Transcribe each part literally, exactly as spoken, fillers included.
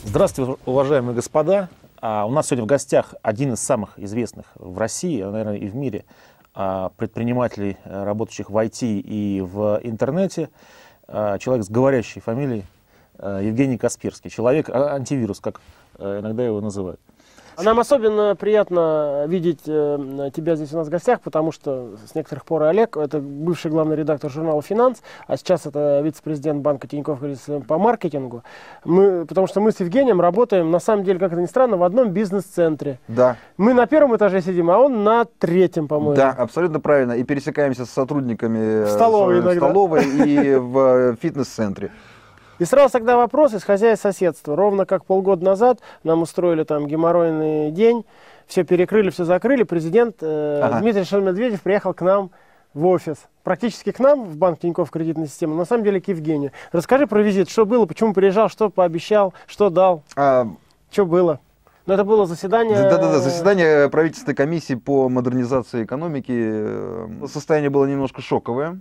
Здравствуйте, уважаемые господа. А, у нас сегодня в гостях один из самых известных в России, наверное, и в мире а, предпринимателей, работающих в ай ти и в интернете. А, человек с говорящей фамилией а, Евгений Касперский. Человек-антивирус, как а, иногда его называют. Нам особенно приятно видеть э, тебя здесь у нас в гостях, потому что с некоторых пор Олег, это бывший главный редактор журнала «Финанс», а сейчас это вице-президент банка Тинькофф по маркетингу. Мы, потому что мы с Евгением работаем, на самом деле, как это ни странно, в одном бизнес-центре. Да. Мы на первом этаже сидим, а он на третьем, по-моему. Да, абсолютно правильно. И пересекаемся с сотрудниками в столовой, в столовой и в фитнес-центре. И сразу тогда вопрос, исходя из соседства. Ровно как полгода назад нам устроили там геморройный день, все перекрыли, все закрыли. Президент э, ага. Дмитрий Анатольевич Медведев приехал к нам в офис. Практически к нам, в банк Тинькофф кредитная система, на самом деле к Евгению. Расскажи про визит, что было, почему приезжал, что пообещал, что дал, а... что было. Но это было заседание... Да-да-да, заседание правительственной комиссии по модернизации экономики. Состояние было немножко шоковое.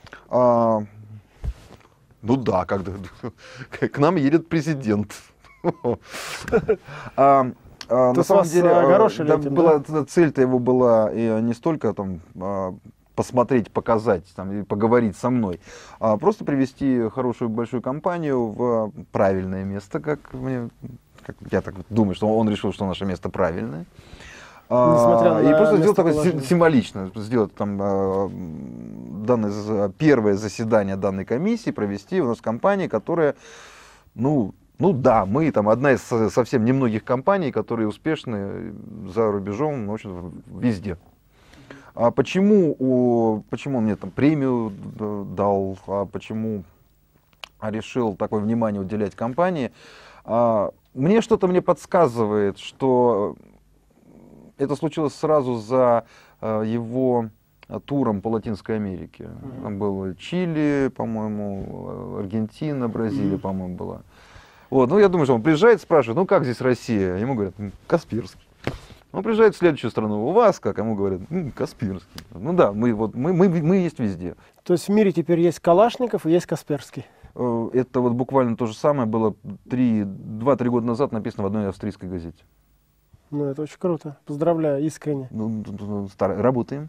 Ну да, когда к нам едет президент. а, а, на самом деле, да, этим, была, да? Цель-то его была и не столько там посмотреть, показать там, и поговорить со мной, а просто привести хорошую большую компанию в правильное место, как мне, как я так думаю, что он решил, что наше место правильное. А, и просто сделать такое символично, сделать там а, данное, первое заседание данной комиссии провести у нас в компании, которая, ну, ну да, мы там одна из совсем немногих компаний, которые успешны за рубежом, в общем, везде. А почему, у, почему он мне там премию дал, а почему решил такое внимание уделять компании? А, мне что-то мне подсказывает, что это случилось сразу за э, его туром по Латинской Америке. Mm-hmm. Там было Чили, по-моему, Аргентина, Бразилия, mm-hmm. по-моему, была. Вот, ну, я думаю, что он приезжает, спрашивает, ну, как здесь Россия? Ему говорят, Касперский. Он приезжает в следующую страну, у вас как? Ему говорят, ну, Касперский. Ну да, мы, вот, мы, мы, мы есть везде. То есть в мире теперь есть Калашников и есть Касперский? Это вот буквально то же самое было два-три года назад написано в одной австрийской газете. Ну, это очень круто. Поздравляю, искренне. Ну, стар... Работаем.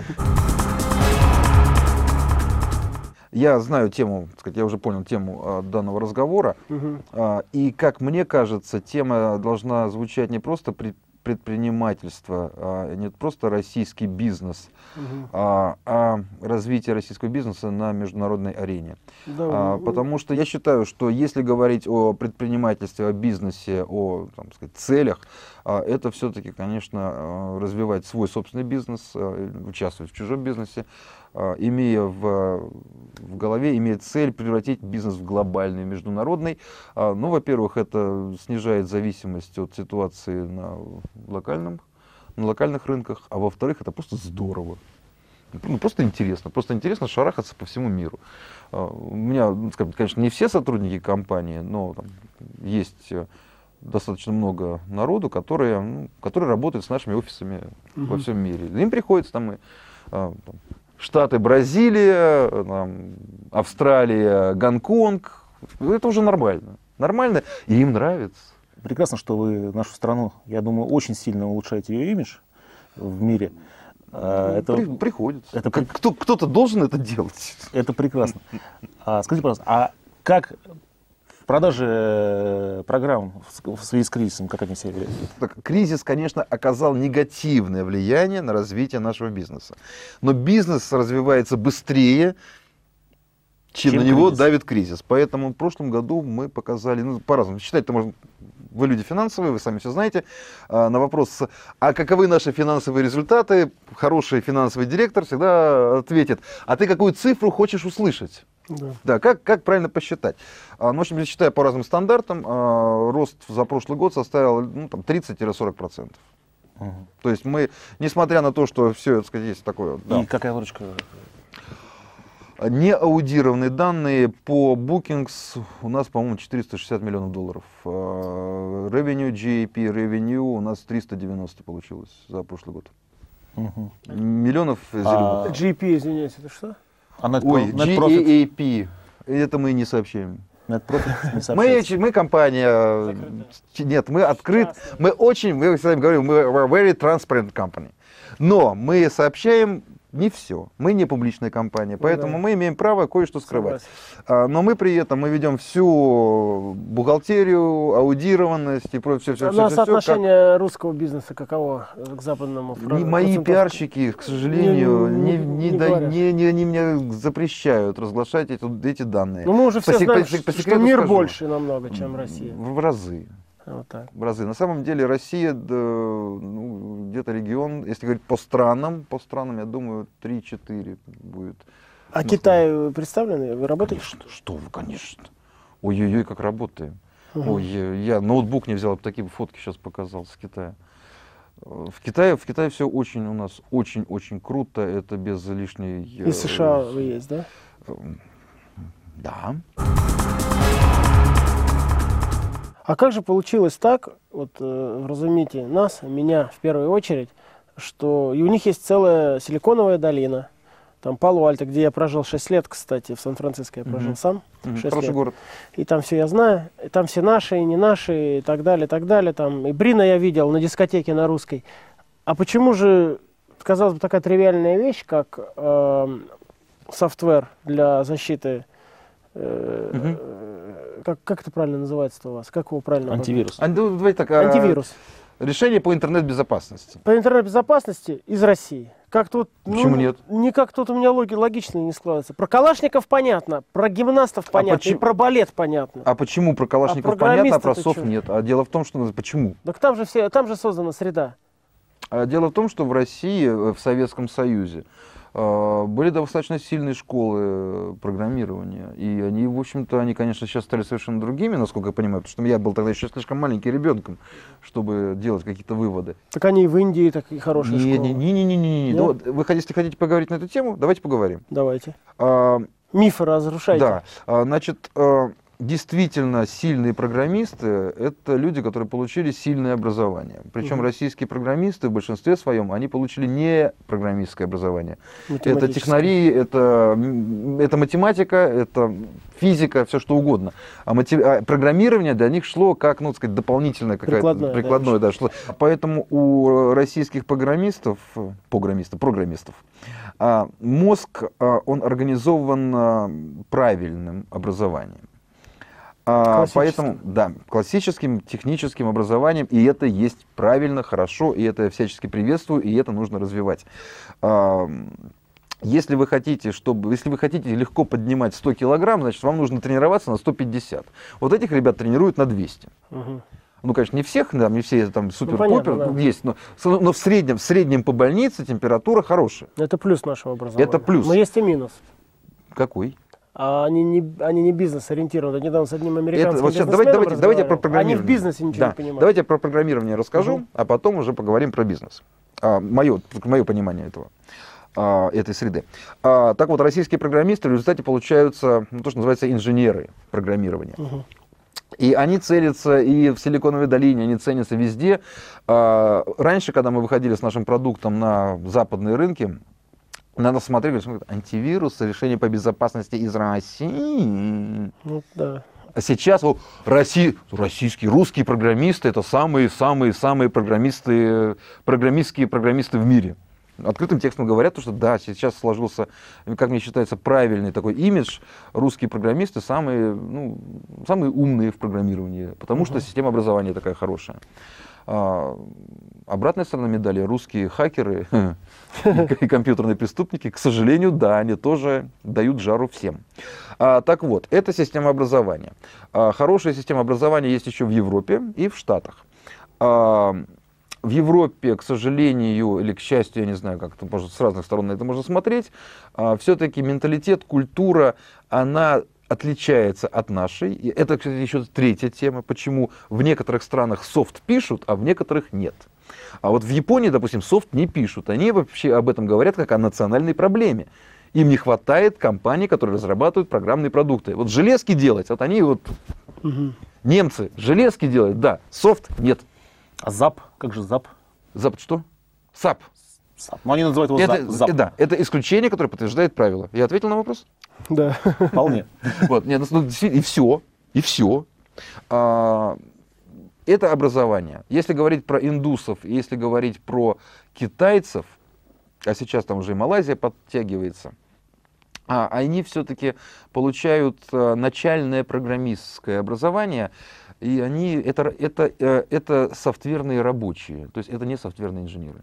Я знаю тему, так сказать, я уже понял тему данного разговора. Угу. И, как мне кажется, тема должна звучать не просто предпринимательство, а не просто российский бизнес, угу. а, а развитие российского бизнеса на международной арене. Да, а, ну... Потому что я считаю, что если говорить о предпринимательстве, о бизнесе, о, там, так сказать, целях, а, это все-таки, конечно, развивать свой собственный бизнес, участвовать в чужом бизнесе, имея в, в голове, имея цель превратить бизнес в глобальный, международный. Ну, во-первых, это снижает зависимость от ситуации на, локальном, на локальных рынках, а во-вторых, это просто здорово. Ну, просто интересно, просто интересно шарахаться по всему миру. У меня, конечно, не все сотрудники компании, но там есть достаточно много народу, которые, ну, которые работают с нашими офисами угу. во всем мире. Им приходится там и там, Штаты, Бразилия, там, Австралия, Гонконг. Это уже нормально. Нормально, и им нравится. Прекрасно, что вы нашу страну, я думаю, очень сильно улучшаете ее имидж в мире. Это, При, приходится. Это, как, кто, кто-то должен это делать. Это прекрасно. А, скажите, пожалуйста, а как продажи программ в связи с кризисом, как они себя ведут? Кризис, конечно, оказал негативное влияние на развитие нашего бизнеса. Но бизнес развивается быстрее, чем, чем на него кризис. давит кризис. Поэтому в прошлом году мы показали, ну, по-разному, считать-то можно, вы люди финансовые, вы сами все знаете, на вопрос, а каковы наши финансовые результаты, хороший финансовый директор всегда ответит, а ты какую цифру хочешь услышать? Да. Да, как, как правильно посчитать? Ну, в общем, считая по разным стандартам, рост за прошлый год составил ну, тридцать-сорок процентов. Угу. То есть мы, несмотря на то, что все, так сказать, есть такое... И да, какая выручка? Неаудированные данные по Bookings у нас, по-моему, четыреста шестьдесят миллионов долларов. Revenue, джи эй пи, Revenue у нас триста девяносто получилось за прошлый год. Угу. Миллионов зеленых. джи эй пи, извиняюсь, это что? А Ой, джи эй пи, это мы не сообщаем. Мы, мы компания, закрытая. Нет, мы открыт, мы очень, мы всегда говорим, мы very transparent company. Но мы сообщаем не все. Мы не публичная компания, поэтому да. мы имеем право кое-что скрывать. А, но мы при этом мы ведем всю бухгалтерию, аудированность и все, все, все. А все, соотношение как... русского бизнеса каково к западному? Не, мои пиарщики, к сожалению, не, не, не, не, да, не, не, они мне запрещают разглашать эти, эти данные. Но мы уже все по, знаем, по, по, что мир скажу, больше намного, чем Россия. В разы. Вот так. В разы. На самом деле Россия, да, ну, где-то регион, если говорить по странам, по странам, я думаю, три-четыре будет. А Москва. Китай представлены? Вы работаете? Конечно, что вы, конечно. Ой-ой-ой, как работаем. Угу. Ой, я ноутбук не взял, такие фотки сейчас показал с Китая. В Китае, в Китае все очень у нас очень-очень круто, это без лишней... И США вы есть, да? Да. А как же получилось так, вот э, вразумите нас, меня в первую очередь, что и у них есть целая силиконовая долина, там Пало-Альто, где я прожил шесть лет, кстати, в Сан-Франциско я прожил mm-hmm. сам. Mm-hmm. Хороший лет. город. И там все я знаю, и там все наши, и не наши, и так далее, и так далее. Там и Брина я видел на дискотеке на русской. А почему же, казалось бы, такая тривиальная вещь, как э, софтвер для защиты, э, mm-hmm. Как, как это правильно называется у вас? Как его правильно? Антивирус. А, ну, давайте так, Антивирус. А, решение по интернет-безопасности. По интернет-безопасности из России. Как тут, Почему ну, нет? Никак тут у меня логи, логично не складывается. Про калашников понятно, про гимнастов понятно, а почему, и про балет понятно. А почему про калашников а понятно, а про сов нет? А дело в том, что... Почему? Так там же, все, там же создана среда. А дело в том, что в России, в Советском Союзе, были достаточно сильные школы программирования, и они, в общем-то, они, конечно, сейчас стали совершенно другими, насколько я понимаю, потому что я был тогда еще слишком маленьким ребенком, чтобы делать какие-то выводы. Так они и в Индии такие хорошие не, школы. Не-не-не, вы, если хотите поговорить на эту тему, давайте поговорим. Давайте. А, Мифы разрушайте. Да, а, значит... А, действительно сильные программисты – это люди, которые получили сильное образование. Причем угу. российские программисты в большинстве своем, они получили не программистское образование. Это технари, это, это математика, это физика, все что угодно. А, мотив... а программирование для них шло как, ну, так сказать, дополнительное, какое-то прикладное. Да, шло. Поэтому у российских программистов, программистов, программистов мозг, он организован правильным образованием. А, поэтому, да, классическим техническим образованием, и это есть правильно, хорошо, и это я всячески приветствую, и это нужно развивать. А, если вы хотите, чтобы, если вы хотите легко поднимать сто килограмм, значит, вам нужно тренироваться на сто пятьдесят. Вот этих ребят тренируют на двести. Угу. Ну, конечно, не всех, да, не все там супер-пупер, ну, да. есть, но, но в среднем, в среднем по больнице температура хорошая. Это плюс нашего образования. Это плюс. Но есть и минус. Какой? А они не, они не бизнес-ориентированы. Недавно с одним американским это, вот сейчас, давайте, давайте, давайте про программирование. Они в бизнесе ничего да. не понимают. Давайте про программирование расскажу, угу. а потом уже поговорим про бизнес. А, мое, мое понимание этого, а, этой среды. А, так вот, российские программисты в результате получаются, ну, то, что называется, инженеры программирования. Угу. И они целятся и в Силиконовой долине, они ценятся везде. А, раньше, когда мы выходили с нашим продуктом на западные рынки, надо смотреть, говорит, антивирус, решение по безопасности из России. Ну, да. А сейчас о, Россия, российские, русские программисты, это самые-самые-самые программисты, программистские программисты в мире. Открытым текстом говорят, что да, сейчас сложился, как мне считается, правильный такой имидж. Русские программисты самые, ну, самые умные в программировании, потому uh-huh. что система образования такая хорошая. А, обратная сторона медали, русские хакеры и компьютерные преступники, к сожалению, да, они тоже дают жару всем. А, так вот, это система образования. А, хорошая система образования есть еще в Европе и в Штатах. А, в Европе, к сожалению, или к счастью, я не знаю, как это может, с разных сторон на это можно смотреть, а, все-таки менталитет, культура, она отличается от нашей. И это, кстати, еще третья тема, почему в некоторых странах софт пишут, а в некоторых нет. А вот в Японии, допустим, софт не пишут. Они вообще об этом говорят как о национальной проблеме. Им не хватает компаний, которые разрабатывают программные продукты. Вот железки делать, вот они вот... Угу. Немцы железки делают, да, софт нет. А зап? Как же зап? Зап что? сап. сап. Но они называют его это, зап. Да, это исключение, которое подтверждает правило. Я ответил на вопрос? Да. Вполне. Вот, нет, ну, и все. И все. А, это образование. Если говорить про индусов, если говорить про китайцев, а сейчас там уже и Малайзия подтягивается, а они все-таки получают начальное программистское образование, и они, это, это, это софтверные рабочие, то есть это не софтверные инженеры.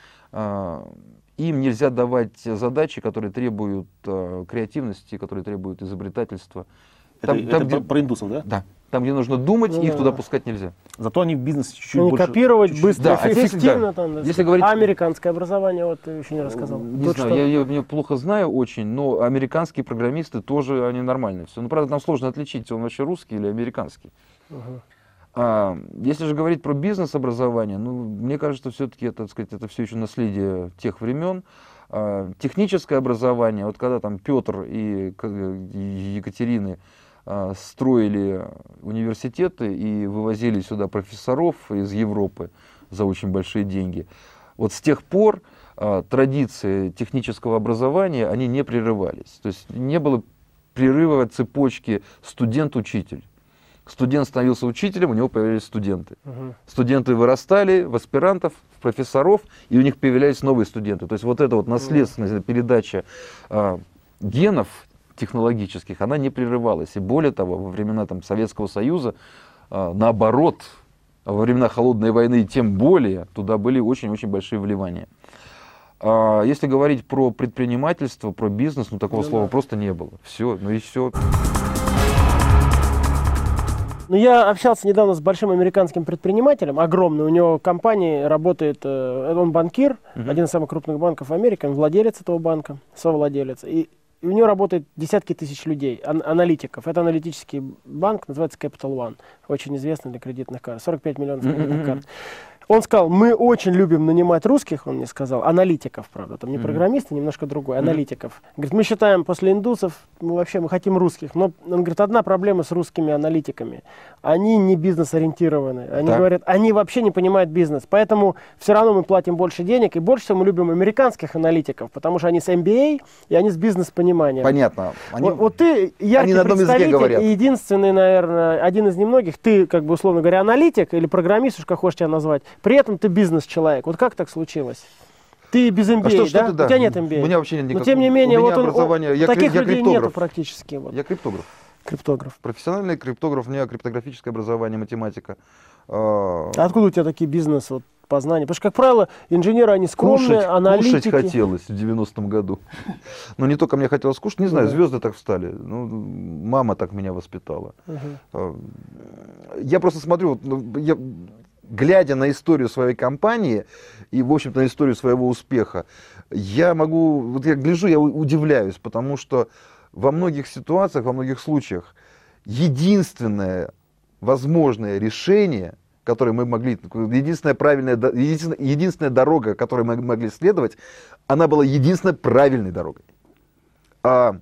Им нельзя давать задачи, которые требуют креативности, которые требуют изобретательства. Там, это, там, это где, про индусов, да? Да. Там, где нужно думать, ну, их да. туда пускать нельзя. Зато они в бизнесе чуть-чуть ну, больше... копировать чуть-чуть... быстро, да, эффективно. Да. Там, если говорить... А американское образование, вот ты еще не рассказал. Не Тут знаю, что? я, я, я плохо знаю очень, но американские программисты тоже, они нормальные. Все. Ну, правда, там сложно отличить, он вообще русский или американский. Uh-huh. А, если же говорить про бизнес-образование, ну, мне кажется, все-таки это, так сказать, это все еще наследие тех времен. А, техническое образование, вот когда там Петр и, и Екатерины строили университеты и вывозили сюда профессоров из Европы за очень большие деньги. Вот с тех пор а, традиции технического образования, они не прерывались. То есть не было прерыва цепочки студент-учитель. Студент становился учителем, у него появились студенты. Uh-huh. Студенты вырастали в аспирантов, в профессоров, и у них появлялись новые студенты. То есть вот эта вот наследственность, uh-huh. передача а, генов технологических, она не прерывалась. И более того, во времена там, Советского Союза, а, наоборот, во времена Холодной войны тем более, туда были очень-очень большие вливания. А, если говорить про предпринимательство, про бизнес, ну такого ну, слова да. просто не было. Все, ну и все. Ну, я общался недавно с большим американским предпринимателем, огромный, у него компания работает, он банкир, uh-huh. один из самых крупных банков Америки, он владелец этого банка, совладелец. И И у него работает десятки тысяч людей, ан- аналитиков. Это аналитический банк, называется Capital One, очень известный для кредитных карт, сорок пять миллионов кредитных mm-hmm. карт. Он сказал, мы очень любим нанимать русских, он мне сказал, аналитиков, правда, там не mm-hmm. программисты, немножко другой, аналитиков. Mm-hmm. Говорит, мы считаем, после индусов, мы вообще мы хотим русских, но, он говорит, одна проблема с русскими аналитиками, они не бизнес-ориентированы, они да. говорят, они вообще не понимают бизнес, поэтому все равно мы платим больше денег, и больше всего мы любим американских аналитиков, потому что они с эм би эй, и они с бизнес-пониманием. Понятно. Они, вот, вот ты яркий представитель, и единственный, наверное, один из немногих, ты, как бы, условно говоря, аналитик или программист, уж как хочешь тебя назвать, при этом ты бизнес-человек. Вот как так случилось? Ты без эм би эй, а что, да? Что ты, да? У тебя нет эм би эй. У меня вообще нет никакого. Но тем не менее, вот он, образования. Я, таких я людей криптограф. нету практически. Вот. Я криптограф. Криптограф. Профессиональный криптограф, у меня криптографическое образование, математика. А откуда у тебя такие бизнес вот, познания? Потому что, как правило, инженеры, они скромные, кушать, аналитики. Кушать хотелось в девяностом году. Но не только мне хотелось кушать, не знаю, звезды так встали. Ну, мама так меня воспитала. Я просто смотрю, я, глядя на историю своей компании и, в общем-то, на историю своего успеха, я могу, вот я гляжу, я удивляюсь, потому что во многих ситуациях, во многих случаях единственное возможное решение, которое мы могли, единственная правильная, единственная, единственная дорога, которой мы могли следовать, она была единственной правильной дорогой. А,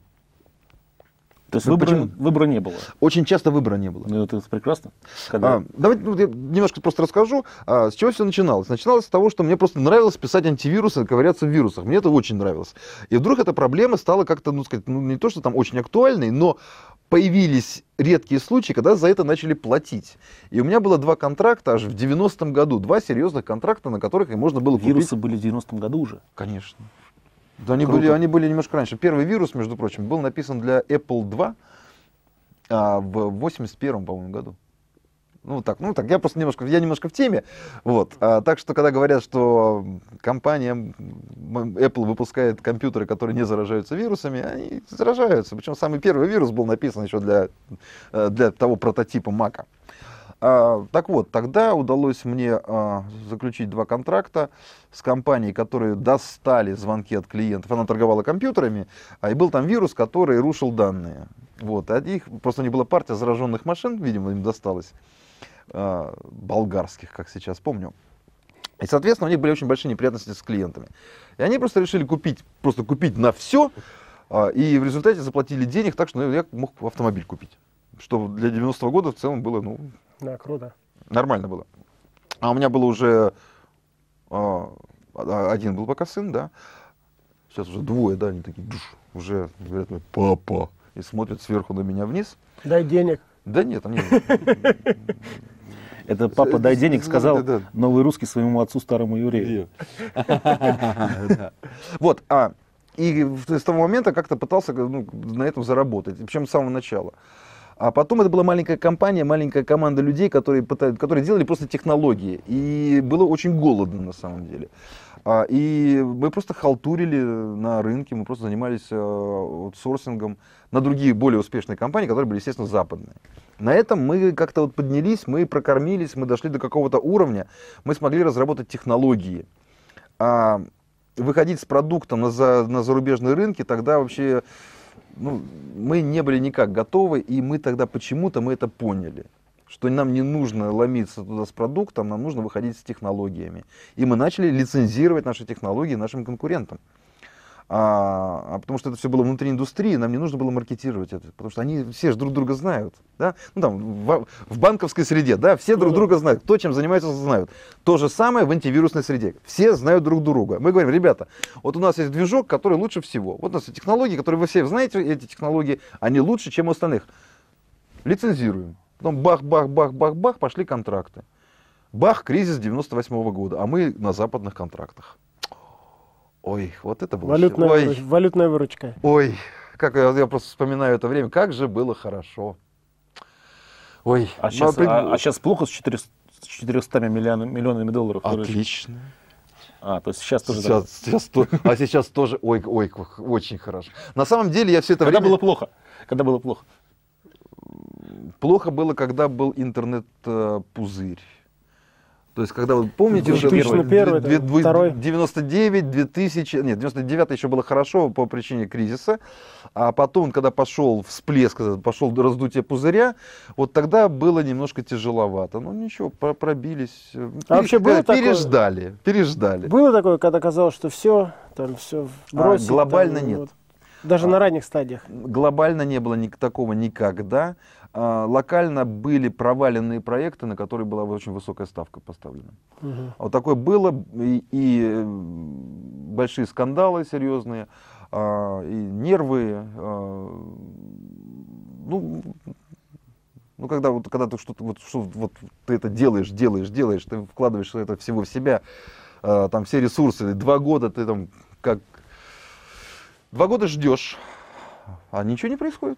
То есть выбора, выбора не было? Очень часто выбора не было. Ну, это прекрасно. Когда... А, давайте ну, я немножко просто расскажу, а, с чего все начиналось. Начиналось с того, что мне просто нравилось писать антивирусы, ковыряться в вирусах. Мне это очень нравилось. И вдруг эта проблема стала как-то, ну, сказать, ну, не то, что там очень актуальной, но появились редкие случаи, когда за это начали платить. И у меня было два контракта аж в девяностом году. Два серьезных контракта, на которых и можно было купить. Вирусы были в девяностом году уже? Конечно. Да, они, были, они были немножко раньше. Первый вирус, между прочим, был написан для Apple два а, в восемьдесят первом, по-моему, году. Ну так, ну так, я просто немножко, я немножко в теме. Вот. А, так что, когда говорят, что компания Apple выпускает компьютеры, которые не заражаются вирусами, они заражаются. Причем самый первый вирус был написан еще для, для того прототипа Mac. А, так вот, тогда удалось мне а, заключить два контракта с компанией, которые достали звонки от клиентов. Она торговала компьютерами, а и был там вирус, который рушил данные. Вот, а их, просто не была партия зараженных машин, видимо, им досталось, а, болгарских, как сейчас помню. И, соответственно, у них были очень большие неприятности с клиентами. И они просто решили купить, просто купить на все, а, и в результате заплатили денег так, что ну, я мог автомобиль купить. Что для девяностого года в целом было, ну, да, круто. Нормально было. А у меня было уже а, один был пока сын, да. Сейчас уже двое, да, они такие, душ, уже говорят, папа, и смотрят сверху на меня вниз. Дай денег. Да нет, они... Это папа, дай денег, сказал новый русский своему отцу, старому еврею. Вот, а, и с того момента как-то пытался ну, на этом заработать, причем с самого начала. А потом это была маленькая компания, маленькая команда людей, которые, пытались, которые делали просто технологии. И было очень голодно на самом деле. А, и мы просто халтурили на рынке, мы просто занимались аутсорсингом на другие более успешные компании, которые были, естественно, западные. На этом мы как-то вот поднялись, мы прокормились, мы дошли до какого-то уровня, мы смогли разработать технологии. А выходить с продуктом на, за, на зарубежные рынки тогда вообще ну, мы не были никак готовы, и мы тогда почему-то мы это поняли, что нам не нужно ломиться туда с продуктом, нам нужно выходить с технологиями. И мы начали лицензировать наши технологии нашим конкурентам. А, а потому что это все было внутри индустрии, нам не нужно было маркетировать это, потому что они все же друг друга знают, да? Ну, там, в, в банковской среде, да, все друг друга знают, кто чем занимается, знают. То же самое в антивирусной среде, все знают друг друга. Мы говорим, ребята, вот у нас есть движок, который лучше всего, вот у нас есть технологии, которые вы все знаете, эти технологии, они лучше, чем у остальных. Лицензируем, потом бах-бах-бах-бах-бах, пошли контракты. Бах, кризис девяносто восьмого года, а мы на западных контрактах. Ой, вот это было... Валютная, Ой. Выруч... Валютная выручка. Ой, как я, я просто вспоминаю это время, как же было хорошо. Ой. А сейчас, ну, а, а сейчас плохо с четырёхстами миллионами, миллионами долларов? Отлично. А, то есть сейчас тоже... Сейчас, сейчас, то, а сейчас тоже, ой, ой, очень хорошо. На самом деле я все это когда время... было плохо? Когда было плохо? Плохо было, когда был интернет-пузырь. То есть, когда вы помните, уже девяносто девять, две тысячи, нет, девяносто девятый еще было хорошо по причине кризиса, а потом, когда пошел всплеск, пошел раздутие пузыря, вот тогда было немножко тяжеловато. Ну ничего, пробились, а пере, вообще было переждали, такое, переждали. Было такое, когда казалось, что все, там все бросить? А, глобально там, нет. Вот, даже а, на ранних стадиях? Глобально не было ни, такого никогда. А, локально были проваленные проекты, на которые была очень высокая ставка поставлена. Угу. Вот такое было, и, и большие скандалы серьезные, а, и нервы. А, ну, ну, когда, вот, когда ты что-то, вот, что, вот, ты это делаешь, делаешь, делаешь, ты вкладываешь это всего в себя, а, там все ресурсы, два года ты там как... Два года ждешь, а ничего не происходит.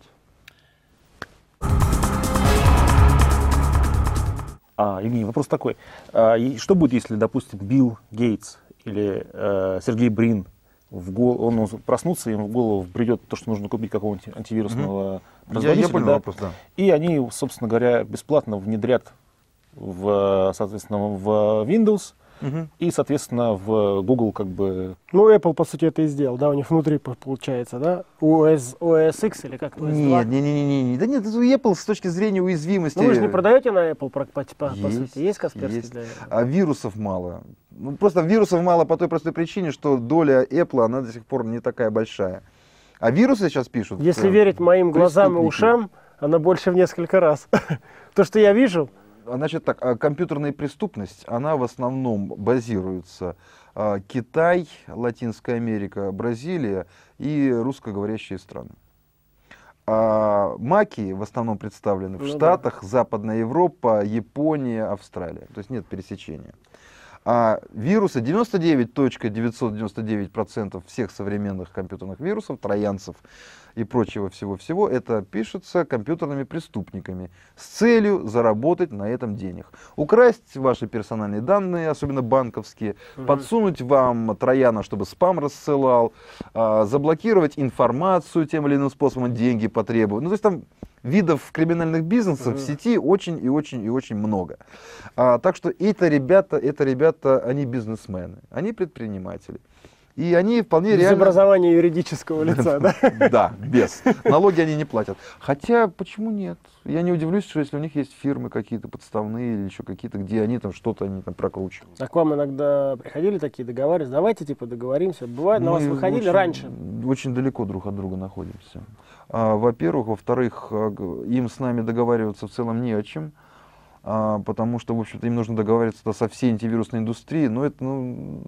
А, Евгений, вопрос такой. А, что будет, если, допустим, Билл Гейтс или э, Сергей Брин, в гол... он проснутся, им в голову придет то, что нужно купить какого-нибудь антивирусного mm-hmm. производителя, я, я понял, да? Вопрос, да. И они, собственно говоря, бесплатно внедрят в, соответственно, в Windows, угу. и, соответственно, в Google как бы... Ну, Apple, по сути, это и сделал, да, у них внутри получается, да? о эс, о эс икс или как? Нет, нет, нет, нет, да нет, это у Apple с точки зрения уязвимости... Ну, вы же не продаете на Apple, по, по, по, по сути, есть Касперский есть. Для Apple? А вирусов мало. Ну, просто вирусов мало по той простой причине, что доля Apple, она до сих пор не такая большая. А вирусы сейчас пишут... Если верить моим глазам и ушам, она больше в несколько раз. То, что я вижу... Значит так, компьютерная преступность, она в основном базируется а, Китай, Латинская Америка, Бразилия и русскоговорящие страны. А маки в основном представлены в ну, Штатах, да. Западная Европа, Япония, Австралия. То есть нет пересечения. А вирусы, девяносто девять целых девятьсот девяносто девять сотых процента всех современных компьютерных вирусов, троянцев и прочего всего-всего, это пишется компьютерными преступниками с целью заработать на этом денег. Украсть ваши персональные данные, особенно банковские, mm-hmm. подсунуть вам трояна, чтобы спам рассылал, а, заблокировать информацию тем или иным способом, деньги потребовать. Ну, то есть там видов криминальных бизнесов mm-hmm. в сети очень и очень и очень много. А, так что это ребята, это ребята, они бизнесмены, они предприниматели. И они вполне без реально... Без образования юридического лица, да? Да, без. Налоги они не платят. Хотя, почему нет? Я не удивлюсь, что если у них есть фирмы какие-то подставные или еще какие-то, где они там что-то они там прокручивают. А к вам иногда приходили такие договаривались? Давайте типа договоримся. Бывает, на вас выходили очень, раньше? Очень далеко друг от друга находимся. А, во-первых. Во-вторых, им с нами договариваться в целом не о чем. а, потому что, в общем-то, им нужно договариваться со всей антивирусной индустрией, но это, ну,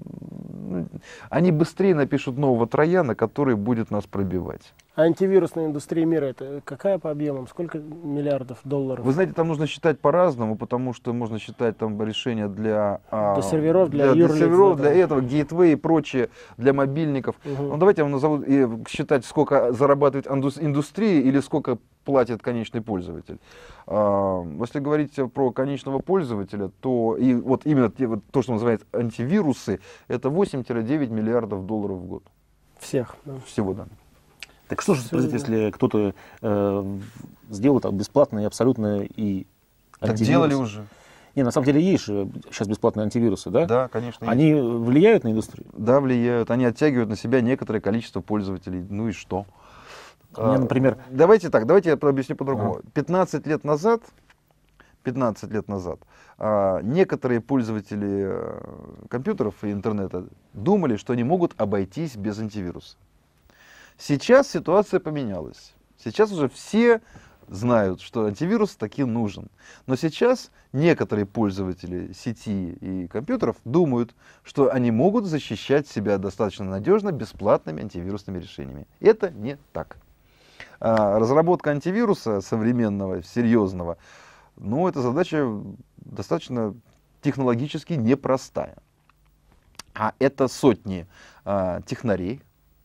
они быстрее напишут нового трояна, который будет нас пробивать. А антивирусная индустрия мира, это какая по объемам? Сколько миллиардов долларов? Вы знаете, там нужно считать по-разному, потому что можно считать там решения для, для серверов, для, для, для, юрлиц, серверов, да, для этого, гейтвей и прочее, для мобильников. Угу. Ну, давайте я вам назову, и считать, сколько зарабатывает индустрия или сколько платит конечный пользователь. А, если говорить про конечного пользователя, то и вот именно те, вот, то, что называется антивирусы, это восемь-девять миллиардов долларов в год. Всех. Да. Всего, да. Так что же произойдет, если кто-то э, сделал так бесплатно и абсолютно и так делали уже. Не, на самом деле есть же сейчас бесплатные антивирусы, да? Да, конечно. Они есть. Влияют на индустрию? Да, влияют. Они оттягивают на себя некоторое количество пользователей. Ну и что? У меня, например... Давайте так, давайте я объясню по-другому. пятнадцать лет назад, пятнадцать лет назад некоторые пользователи компьютеров и интернета думали, что они могут обойтись без антивируса. Сейчас ситуация поменялась. Сейчас уже все знают, что антивирус таки нужен. Но сейчас некоторые пользователи сети и компьютеров думают, что они могут защищать себя достаточно надежно бесплатными антивирусными решениями. Это не так. Разработка антивируса современного, серьезного, ну, это задача достаточно технологически непростая. А это сотни а, технарей.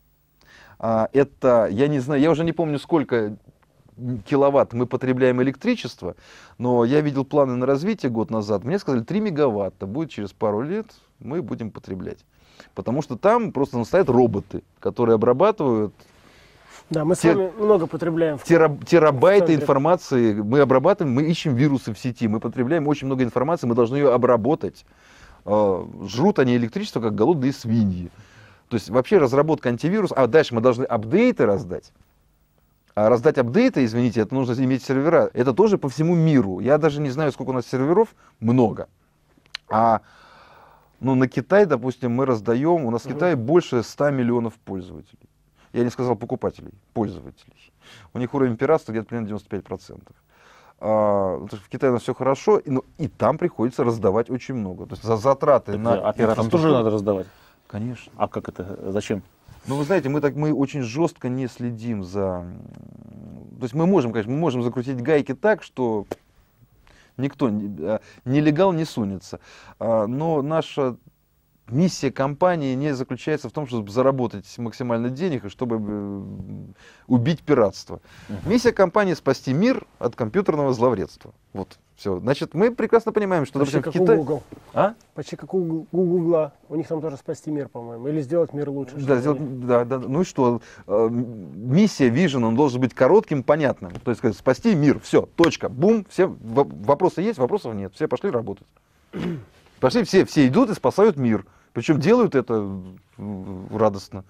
А, это, я не знаю, я уже не помню, сколько киловатт мы потребляем электричества, но я видел планы на развитие год назад. Мне сказали, три мегаватта будет через пару лет, мы будем потреблять. Потому что там просто ну, стоят роботы, которые обрабатывают... Да, мы с вами много потребляем. Тераб, терабайты информации мы обрабатываем, мы ищем вирусы в сети, мы потребляем очень много информации, мы должны ее обработать. Жрут они электричество, как голодные свиньи. То есть вообще разработка антивируса, а дальше мы должны апдейты раздать. А раздать апдейты, извините, это нужно иметь сервера. Это тоже по всему миру. Я даже не знаю, сколько у нас серверов, много. А ну, на Китай, допустим, мы раздаем, у нас в Китае больше ста миллионов пользователей. Я не сказал покупателей, пользователей. У них уровень пиратства где-то примерно девяносто пять процентов. А, в Китае у нас все хорошо, и, ну, и там приходится раздавать очень много. То есть за затраты так, на... А пиратам тоже надо раздавать? Конечно. А как это? Зачем? Ну, вы знаете, мы, так, мы очень жестко не следим за... То есть мы можем, конечно, мы можем закрутить гайки так, что никто, нелегал не сунется. Но наша миссия компании не заключается в том, чтобы заработать максимально денег и чтобы убить пиратство. Uh-huh. Миссия компании — спасти мир от компьютерного зловредства. Вот, все. Значит, мы прекрасно понимаем, что, почти допустим, как в Китае... у Google. А? Почти как у Гугла. У них там тоже спасти мир, по-моему. Или сделать мир лучше. Да, сделать, да, да. Ну и что? Миссия, вижен, он должен быть коротким, понятным. То есть сказать, спасти мир. Все, точка. Бум. Все, вопросы есть, вопросов нет. Все пошли работать. Пошли, все, все идут и спасают мир. Причем делают это радостно.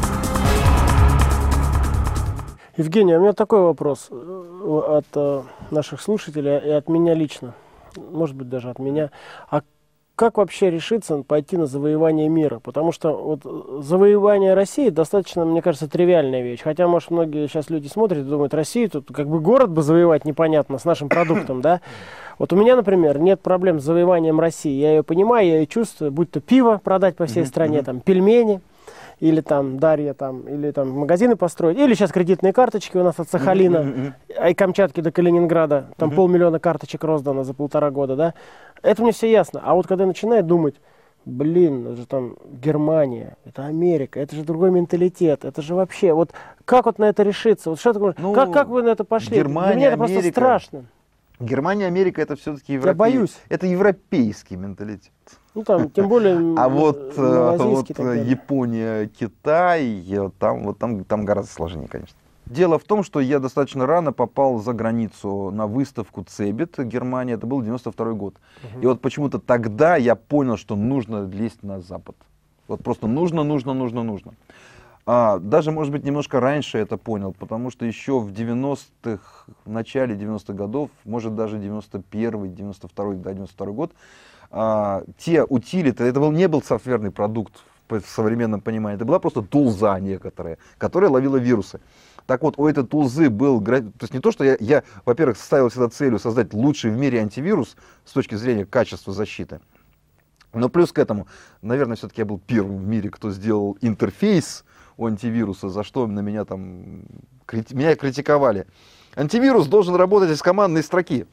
Евгений, а у меня такой вопрос от э, наших слушателей и от меня лично. Может быть, даже от меня. А как вообще решиться пойти на завоевание мира? Потому что вот завоевание России достаточно, мне кажется, тривиальная вещь. Хотя, может, многие сейчас люди смотрят и думают, Россию тут как бы город бы завоевать непонятно с нашим продуктом, да? Вот у меня, например, нет проблем с завоеванием России. Я ее понимаю, я ее чувствую, будь то пиво продать по всей стране, там, пельмени, или там Дарья, там, или там магазины построить, или сейчас кредитные карточки у нас от Сахалина, а и Камчатки до Калининграда, там полмиллиона карточек роздано за полтора года, да? Это мне все ясно. А вот когда я начинаю думать, блин, это же там Германия, это Америка, это же другой менталитет, это же вообще, вот как вот на это решиться? Вот что такое, ну, как, как вы на это пошли? Германия, Для меня это просто Америка. страшно. Германия, Америка — это все-таки европей... Я боюсь. Это европейский менталитет. Ну там, тем более, а вот, вот такой. Япония, Китай, там, вот там, там гораздо сложнее, конечно. Дело в том, что я достаточно рано попал за границу на выставку Цебит, Германия, это был девяносто второй год. Uh-huh. И вот почему-то тогда я понял, что нужно лезть на Запад. Вот просто нужно, нужно, нужно, нужно. А, даже, может быть, немножко раньше это понял, потому что еще в девяностых, в начале девяностых годов, может даже девяносто первый, девяносто второй, да, девяносто второй год, а, те утилиты, это был, не был софтверный продукт в современном понимании. Это была просто тулза некоторая, которая ловила вирусы. Так вот, у этой тулзы был... То есть не то, что я, я во-первых, ставил всегда целью создать лучший в мире антивирус с точки зрения качества защиты. Но плюс к этому, наверное, все-таки я был первым в мире, кто сделал интерфейс у антивируса, за что на меня там крити... меня критиковали. Антивирус должен работать из командной строки.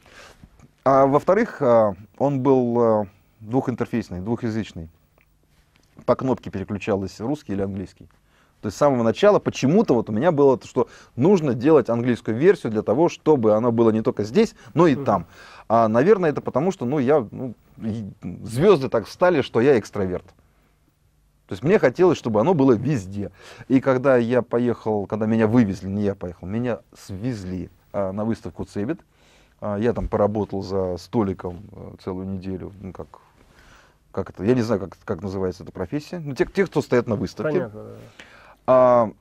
А во-вторых, он был двухинтерфейсный, двухязычный. По кнопке переключалось русский или английский. То есть с самого начала почему-то вот у меня было то, что нужно делать английскую версию для того, чтобы она была не только здесь, но и там. А, наверное, это потому, что ну, я, ну, звезды так встали, что я экстраверт. То есть мне хотелось, чтобы оно было везде. И когда я поехал, когда меня вывезли, не я поехал, меня свезли а, на выставку Цебит. А, я там поработал за столиком а, целую неделю, ну, как... Как это? Я не знаю, как, как называется эта профессия. Ну, те, те, кто стоят на выставке. Понятно, да. А,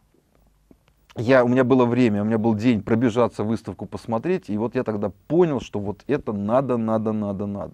я, у меня было время, у меня был день пробежаться выставку, посмотреть. И вот я тогда понял, что вот это надо, надо, надо, надо.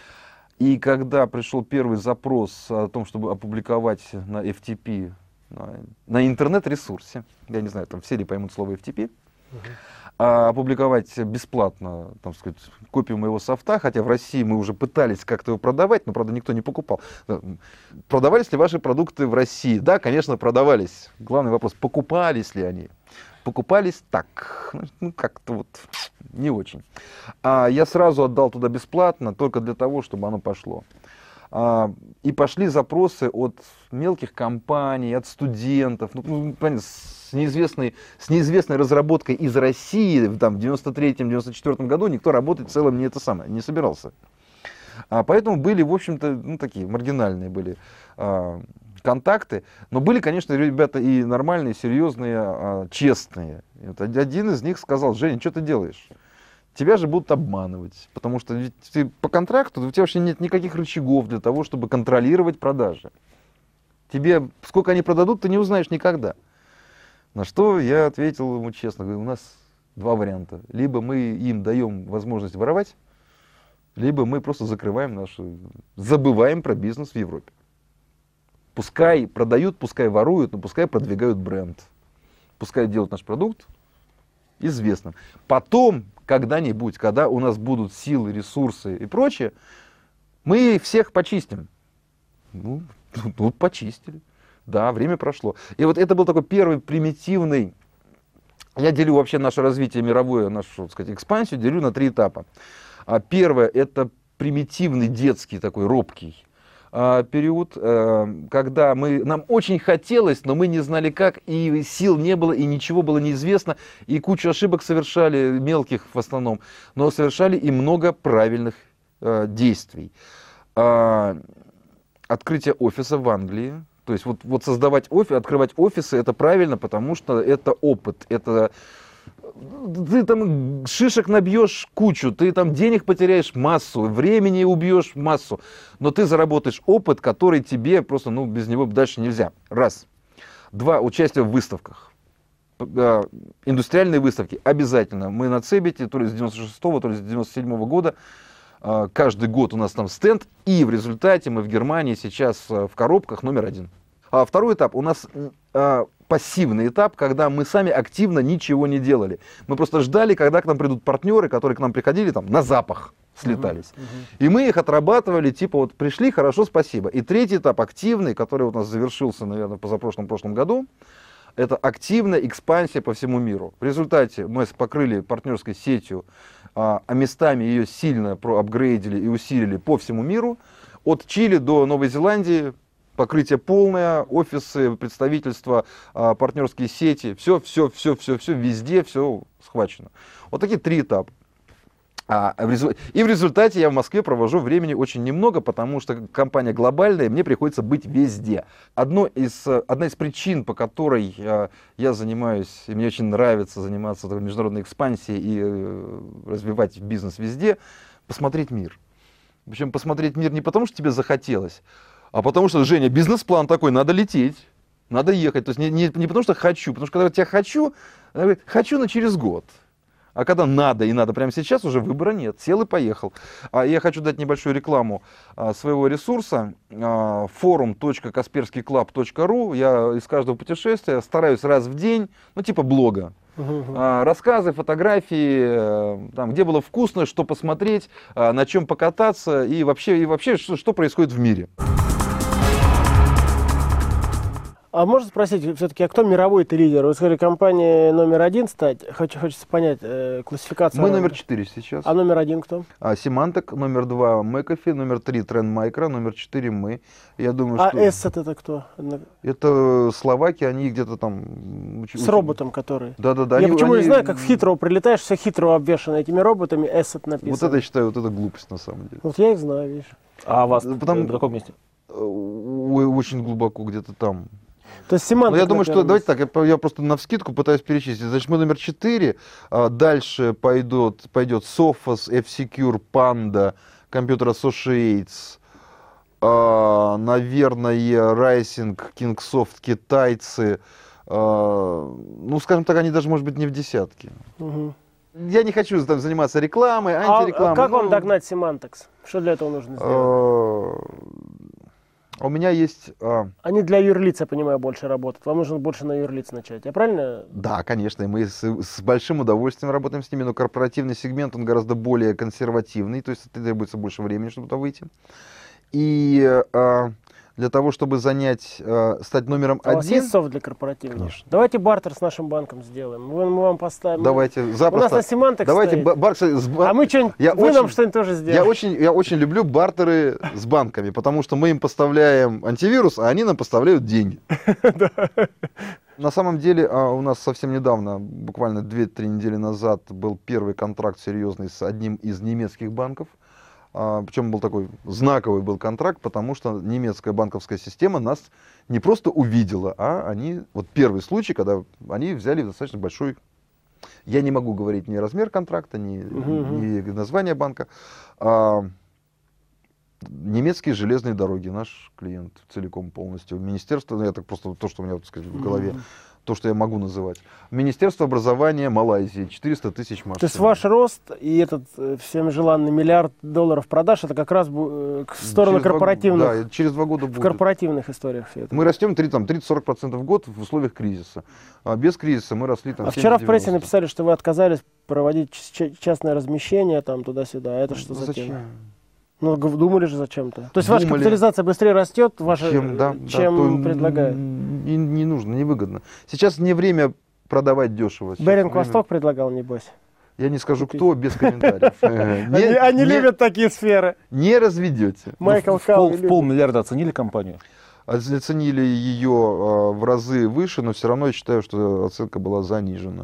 И когда пришел первый запрос о том, чтобы опубликовать на эф ти пи, на, на интернет-ресурсе, я не знаю, там все ли поймут слово эф ти пи, uh-huh. а, опубликовать бесплатно, там, сказать, копию моего софта, хотя в России мы уже пытались как-то его продавать, но, правда, никто не покупал. Продавались ли ваши продукты в России? Да, конечно, продавались. Главный вопрос, покупались ли они? Покупались так, ну, как-то вот не очень. А я сразу отдал туда бесплатно, только для того, чтобы оно пошло. А, и пошли запросы от мелких компаний, от студентов, ну, понятно, с неизвестной, с неизвестной разработкой из России, там, в девяносто третьем — девяносто четвёртом году никто работать в целом не это самое, не собирался. А, поэтому были, в общем-то, ну, такие маргинальные были а, контакты, но были, конечно, ребята и нормальные, серьезные, а, честные. И вот один из них сказал: Женя, что ты делаешь? Тебя же будут обманывать, потому что ведь ты по контракту, у тебя вообще нет никаких рычагов для того, чтобы контролировать продажи. Тебе сколько они продадут, ты не узнаешь никогда. На что я ответил ему честно, говорю, у нас два варианта. Либо мы им даем возможность воровать, либо мы просто закрываем нашу, забываем про бизнес в Европе. Пускай продают, пускай воруют, но пускай продвигают бренд. Пускай делают наш продукт известным. Потом, когда-нибудь, когда у нас будут силы, ресурсы и прочее, мы всех почистим. Ну, ну, почистили. Да, время прошло. И вот это был такой первый примитивный... Я делю вообще наше развитие мировое, нашу, так сказать, экспансию, делю на три этапа. Первое — это примитивный, детский, такой робкий период, когда мы, нам очень хотелось, но мы не знали как, и сил не было, и ничего было неизвестно, и кучу ошибок совершали, мелких в основном, но совершали и много правильных действий. Открытие офиса в Англии, то есть вот, вот создавать офис, открывать офисы, это правильно, потому что это опыт, это... Ты там шишек набьешь кучу, ты там денег потеряешь массу, времени убьешь массу, но ты заработаешь опыт, который тебе просто, ну, без него дальше нельзя. Раз. Два. Участие в выставках. Индустриальные выставки обязательно. Мы на Цебите, то ли с девяносто шестого, то ли с девяносто седьмого года, каждый год у нас там стенд, и в результате мы в Германии сейчас в коробках номер один. А второй этап у нас... пассивный этап, когда мы сами активно ничего не делали. Мы просто ждали, когда к нам придут партнеры, которые к нам приходили там на запах, слетались. Uh-huh, uh-huh. И мы их отрабатывали, типа вот пришли, хорошо, спасибо. И третий этап активный, который у нас завершился, наверное, в позапрошлом прошлом году, это активная экспансия по всему миру. В результате мы покрыли партнерской сетью, а местами ее сильно проапгрейдили и усилили по всему миру. От Чили до Новой Зеландии покрытие полное, офисы, представительства, партнерские сети, все, все, все, все, все, везде все схвачено. Вот такие три этапа. И в результате я в Москве провожу времени очень немного, потому что компания глобальная, и мне приходится быть везде. Одно из, одна из причин, по которой я занимаюсь, и мне очень нравится заниматься такой международной экспансией и развивать бизнес везде, посмотреть мир. Причем посмотреть мир не потому, что тебе захотелось, а потому что, Женя, бизнес-план такой, надо лететь, надо ехать. То есть не, не, не потому что хочу, потому что когда я тебя хочу, она говорит, хочу, но через год. А когда надо и надо прямо сейчас, уже выбора нет. Сел и поехал. А я хочу дать небольшую рекламу а, своего ресурса. А, форум точка касперский клаб точка ру. Я из каждого путешествия стараюсь раз в день, ну типа блога. А, рассказы, фотографии, там, где было вкусно, что посмотреть, а, на чем покататься и вообще, и вообще что, что происходит в мире. А можно спросить, все-таки, а кто мировой-то лидер? Вы сказали, компания номер один стать. Хочу, хочется понять, э, классификация. Мы номер четыре сейчас. А номер один кто? А, Symantec, номер два McAfee, номер три Trend Micro, номер четыре мы. Я думаю, а что... Asset это кто? Это словаки, они где-то там... С роботом, который? Да-да-да. Я они, почему они... не знаю, как в Хитроу прилетаешь, все Хитроу обвешано этими роботами, Asset написано. Вот это, я считаю, вот это глупость на самом деле. Вот я их знаю, видишь. А вас Потому... в каком месте? Ой, очень глубоко где-то там. То есть Symantec, ну, я думаю, что давайте месте. так, я, я просто навскидку пытаюсь перечислить. Значит, мы номер четыре, а, дальше пойдет, пойдет Sophos, F-Secure, Panda, Computer Associates, а, наверное, Rising, Kingsoft, китайцы. А, ну, скажем так, они даже, может быть, не в десятке. Угу. Я не хочу там заниматься рекламой, антирекламой. А как ну, вам догнать Symantec? Что для этого нужно сделать? У меня есть... А... Они для юрлиц, я понимаю, больше работают. Вам нужно больше на юрлиц начать. Я правильно? Да, конечно. Мы с, с большим удовольствием работаем с ними, но корпоративный сегмент, он гораздо более консервативный. То есть требуется больше времени, чтобы туда выйти. И а, для того, чтобы занять, а, стать номером а один... У вас есть софт для корпоративного? Конечно. Давайте бартер с нашим банком сделаем. Мы, мы вам поставим. Давайте, запросто. У нас на Symantec Давайте стоит. бартер с бан... А мы что-нибудь, я вы очень, нам что-нибудь тоже сделаете. Я очень, я очень люблю бартеры с банками, потому что мы им поставляем антивирус, а они нам поставляют деньги. На самом деле, у нас совсем недавно, буквально две-три недели назад, был первый контракт серьезный с одним из немецких банков. Причем был такой знаковый был контракт, потому что немецкая банковская система нас не просто увидела, а они, вот первый случай, когда они взяли достаточно большой, я не могу говорить ни размер контракта, ни, uh-huh. ни название банка, а немецкие железные дороги, наш клиент целиком полностью, министерство, ну я так просто то, что у меня, так сказать, в голове, uh-huh. то, что я могу называть. Министерство образования Малайзии, четыреста тысяч машин. То есть ваш рост и этот всем желанный миллиард долларов продаж, это как раз в сторону через корпоративных, два, да, через два года будет. В корпоративных историях все это. Мы растем тридцать-сорок процентов в год в условиях кризиса. А без кризиса мы росли там А вчера в прессе написали, что вы отказались проводить частное размещение там туда-сюда. Это что за зачем? тема? Ну, думали же зачем-то. То есть Думали. Ваша капитализация быстрее растет, ваша, чем, да, чем да, предлагают? Не, не нужно, невыгодно. Сейчас не время продавать дешево. Беринг Восток предлагал, небось. Я не скажу, кто, без комментариев. Они любят такие сферы. Не разведете. Майкл Калл. В полмиллиарда оценили компанию? Оценили ее в разы выше, но все равно я считаю, что оценка была занижена.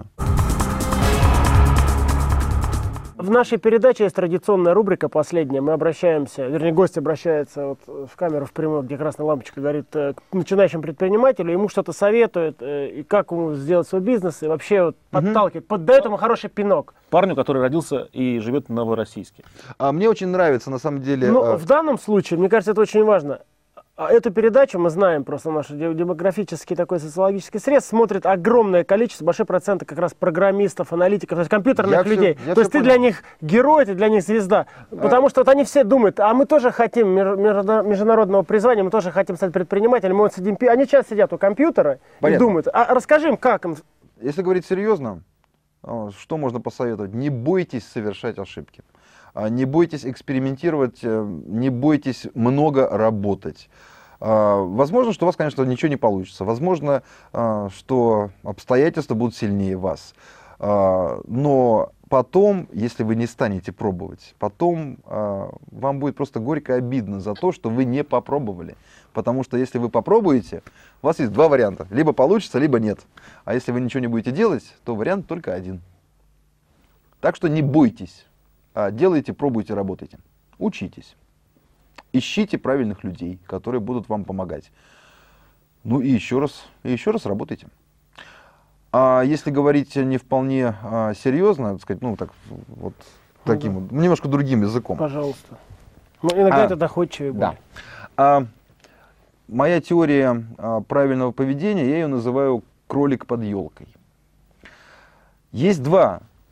В нашей передаче есть традиционная рубрика, последняя. Мы обращаемся, вернее, гость обращается вот в камеру в прямую, где красная лампочка горит, к начинающему предпринимателю, ему что-то советует, и как ему сделать свой бизнес, и вообще вот подталкивает, угу. поддает ему хороший пинок. Парню, который родился и живет в Новороссийске. А мне очень нравится, на самом деле... Ну, а... в данном случае, мне кажется, это очень важно. Эту передачу мы знаем, просто наш демографический такой социологический срез смотрит огромное количество, большой процент как раз программистов, аналитиков, то есть компьютерных я людей. Все, то есть ты понял. для них герой, ты для них звезда. А... Потому что вот они все думают, а мы тоже хотим международного призвания, мы тоже хотим стать предпринимателями. Мы вот сидим, они сейчас сидят у компьютера Понятно. И думают, а расскажи им, как им. Если говорить серьезно, что можно посоветовать? Не бойтесь совершать ошибки. Не бойтесь экспериментировать, не бойтесь много работать. Возможно, что у вас, конечно, ничего не получится. Возможно, что обстоятельства будут сильнее вас. Но потом, если вы не станете пробовать, потом вам будет просто горько обидно за то, что вы не попробовали. Потому что если вы попробуете, у вас есть два варианта. Либо получится, либо нет. А если вы ничего не будете делать, то вариант только один. Так что не бойтесь. Делайте, пробуйте, работайте. Учитесь. Ищите правильных людей, которые будут вам помогать. Ну и еще раз, и еще раз работайте. А если говорить не вполне а, серьезно, так сказать, ну так вот таким ну, да. вот, немножко другим языком. Пожалуйста. Ну, иногда а, это доходчивее да. будет. А, моя теория а, правильного поведения, я ее называю кролик под елкой. Есть два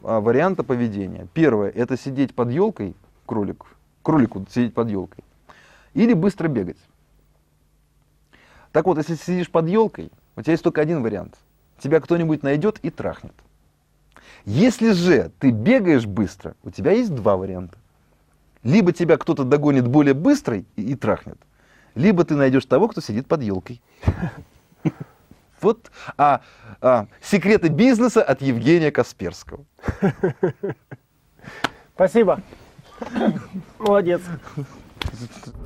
а, варианта поведения. Первое – это сидеть под елкой, кролик, кролику сидеть под елкой, или быстро бегать. Так вот, если сидишь под елкой, у тебя есть только один вариант. Тебя кто-нибудь найдет и трахнет. Если же ты бегаешь быстро, у тебя есть два варианта. Либо тебя кто-то догонит более быстро и, и трахнет, либо ты найдешь того, кто сидит под елкой. Вот а, а, секреты бизнеса от Евгения Касперского. Спасибо. Молодец.